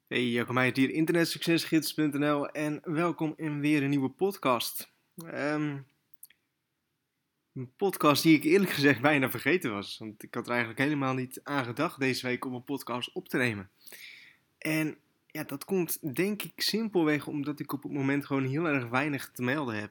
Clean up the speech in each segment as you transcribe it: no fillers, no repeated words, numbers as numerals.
Hey, Jacco Meijert hier, internetsuccesgids.nl en welkom in weer een nieuwe podcast. Een podcast die ik eerlijk gezegd bijna vergeten was, want ik had er eigenlijk helemaal niet aan gedacht deze week om een podcast op te nemen. En ja, dat komt denk ik simpelweg omdat ik op het moment gewoon heel erg weinig te melden heb.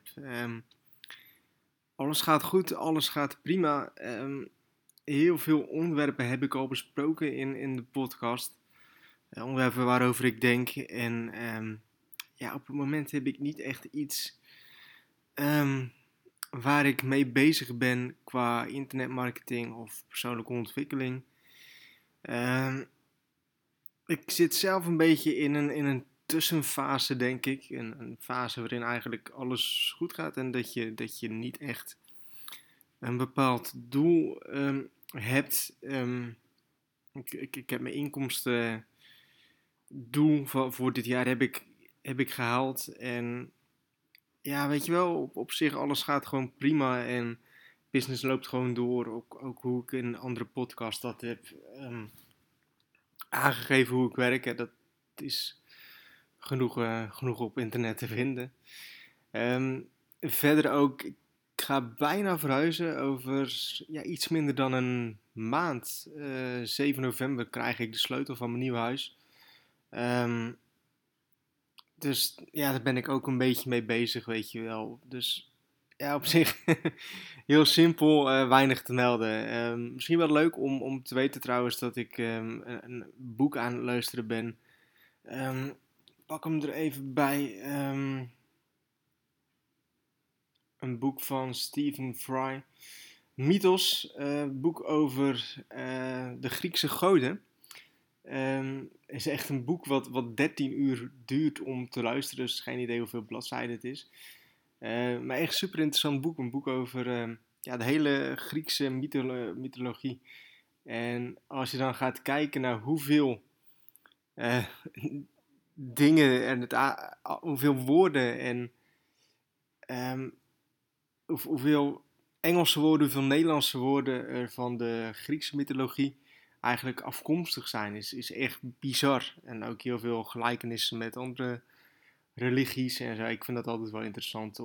Alles gaat goed, alles gaat prima. Heel veel onderwerpen heb ik al besproken in de podcast. Onderwerpen waarover ik denk en ja, op het moment heb ik niet echt iets ehm, waar ik mee bezig ben qua internetmarketing of persoonlijke ontwikkeling. Ehm, ik zit zelf een beetje in een tussenfase, denk ik. Een fase waarin eigenlijk alles goed gaat en dat je niet echt een bepaald doel hebt. Ik heb mijn inkomsten doel voor dit jaar heb ik gehaald. En ja, weet je wel, op zich alles gaat gewoon prima en business loopt gewoon door. Ook hoe ik in een andere podcast dat heb aangegeven hoe ik werk. Hè, dat is genoeg op internet te vinden. Ehm, Verder ook, ik ga bijna verhuizen over ja, iets minder dan een maand. 7 november krijg ik de sleutel van mijn nieuwe huis. Dus ja, daar ben ik ook een beetje mee bezig, weet je wel. Dus ja, op zich heel simpel, weinig te melden. Misschien wel leuk om te weten trouwens dat ik een boek aan het luisteren ben. Ehm, Pak hem er even bij. Een boek van Stephen Fry. Mythos, boek over de Griekse goden. Is echt een boek wat 13 uur duurt om te luisteren. Dus geen idee hoeveel bladzijden het is. Maar echt super interessant boek. Een boek over ja, de hele Griekse mythologie. En als je dan gaat kijken naar hoeveel eh, dingen en hoeveel woorden en ehm, hoeveel Engelse woorden, hoeveel Nederlandse woorden er van de Griekse mythologie eigenlijk afkomstig zijn, is echt bizar. En ook heel veel gelijkenissen met andere religies en zo. Ik vind dat altijd wel interessant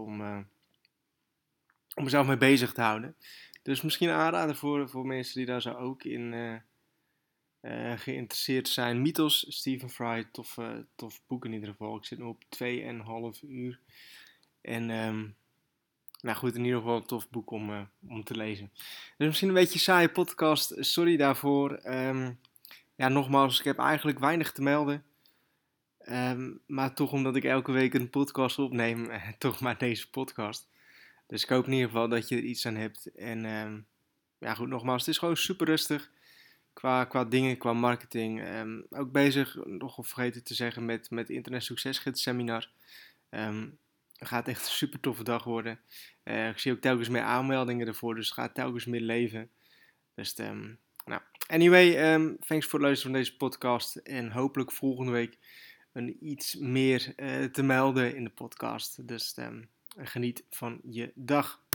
om mezelf mee bezig te houden. Dus misschien een aanrader voor mensen die daar zo ook in geïnteresseerd zijn. Mythos, Stephen Fry, tof boek in ieder geval. Ik zit nu op 2,5 uur. En nou goed, in ieder geval een tof boek om te lezen. Dus misschien een beetje een saaie podcast. Sorry daarvoor. Ja, nogmaals, ik heb eigenlijk weinig te melden. Maar toch omdat ik elke week een podcast opneem, toch maar deze podcast. Dus ik hoop in ieder geval dat je er iets aan hebt. En ja goed, nogmaals, het is gewoon super rustig. Qua dingen, qua marketing. Ook bezig, nog vergeten te zeggen, met Internet Succesgids seminar. Het gaat echt een super toffe dag worden. Ik zie ook telkens meer aanmeldingen ervoor, dus het gaat telkens meer leven. Dus, nou, anyway, thanks voor het luisteren van deze podcast. En hopelijk volgende week een iets meer te melden in de podcast. Dus geniet van je dag.